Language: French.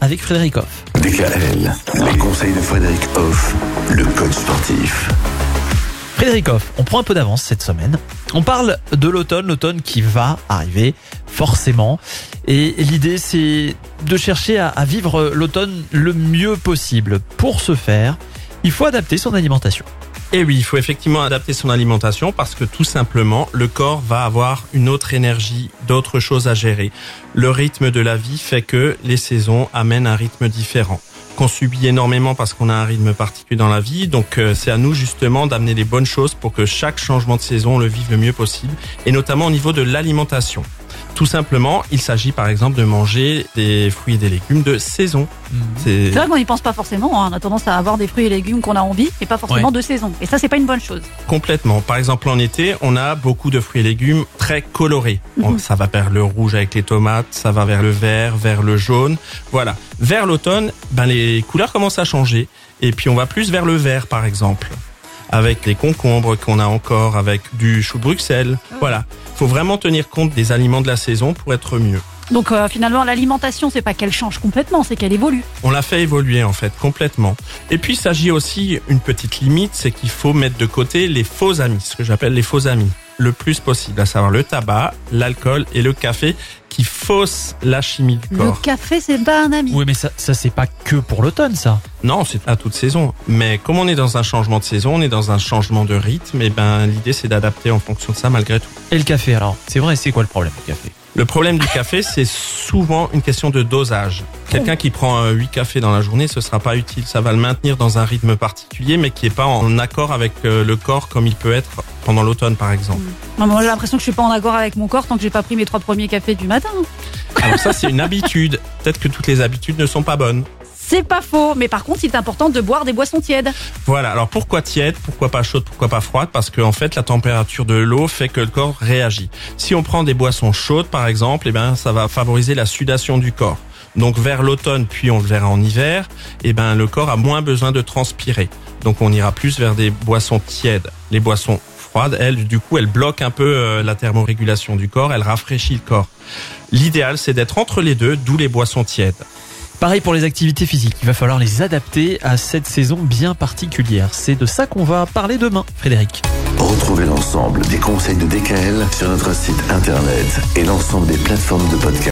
avec Frédéric Hoff. DKL, les conseils de Frédéric Hoff, le coach sportif. Frédéric Hoff, on prend un peu d'avance cette semaine. On parle de l'automne qui va arriver forcément. Et l'idée, c'est de chercher à vivre l'automne le mieux possible. Pour ce faire, il faut adapter son alimentation. Et oui, il faut effectivement adapter son alimentation parce que tout simplement, le corps va avoir une autre énergie, d'autres choses à gérer. Le rythme de la vie fait que les saisons amènent un rythme différent, qu'on subit énormément parce qu'on a un rythme particulier dans la vie. Donc c'est à nous justement d'amener les bonnes choses pour que chaque changement de saison, on le vive le mieux possible, et notamment au niveau de l'alimentation. Tout simplement, il s'agit par exemple de manger des fruits et des légumes de saison. C'est vrai qu'on n'y pense pas forcément, on a tendance à avoir des fruits et légumes qu'on a envie et pas forcément de saison. Et ça, c'est pas une bonne chose. Complètement. Par exemple, en été, on a beaucoup de fruits et légumes très colorés. Ça va vers le rouge avec les tomates, ça va vers le vert, vers le jaune. Voilà. Vers l'automne, les couleurs commencent à changer. Et puis on va plus vers le vert, par exemple, avec les concombres qu'on a encore, avec du chou de Bruxelles. Voilà. Faut vraiment tenir compte des aliments de la saison pour être mieux. Donc finalement, l'alimentation, c'est pas qu'elle change complètement, c'est qu'elle évolue. On l'a fait évoluer en fait complètement. Et puis il s'agit aussi, une petite limite, c'est qu'il faut mettre de côté les faux amis, ce que j'appelle les faux amis, le plus possible, à savoir le tabac, l'alcool et le café qui faussent la chimie du corps. Le café, c'est pas un ami. Oui, mais ça c'est pas que pour l'automne, ça. Non, c'est à toute saison. Mais comme on est dans un changement de saison, on est dans un changement de rythme, et l'idée c'est d'adapter en fonction de ça malgré tout. Et le café, alors, c'est vrai, c'est quoi le problème du café ? Le problème du café, c'est souvent une question de dosage. Quelqu'un qui prend 8 cafés dans la journée, ce sera pas utile. Ça va le maintenir dans un rythme particulier, mais qui est pas en accord avec le corps comme il peut être pendant l'automne, par exemple. Moi, j'ai l'impression que je suis pas en accord avec mon corps tant que j'ai pas pris mes 3 premiers cafés du matin. Alors ça, c'est une habitude. Peut-être que toutes les habitudes ne sont pas bonnes. C'est pas faux, mais par contre, il est important de boire des boissons tièdes. Voilà, alors pourquoi tiède, pourquoi pas chaude, pourquoi pas froide ? Parce que en fait, la température de l'eau fait que le corps réagit. Si on prend des boissons chaudes, par exemple, ça va favoriser la sudation du corps. Donc vers l'automne, puis on le verra en hiver, le corps a moins besoin de transpirer. Donc on ira plus vers des boissons tièdes. Les boissons froides, elles bloquent un peu la thermorégulation du corps, elles rafraîchissent le corps. L'idéal, c'est d'être entre les deux, d'où les boissons tièdes. Pareil pour les activités physiques, il va falloir les adapter à cette saison bien particulière. C'est de ça qu'on va parler demain, Frédéric. Retrouvez l'ensemble des conseils de DKL sur notre site internet et l'ensemble des plateformes de podcast.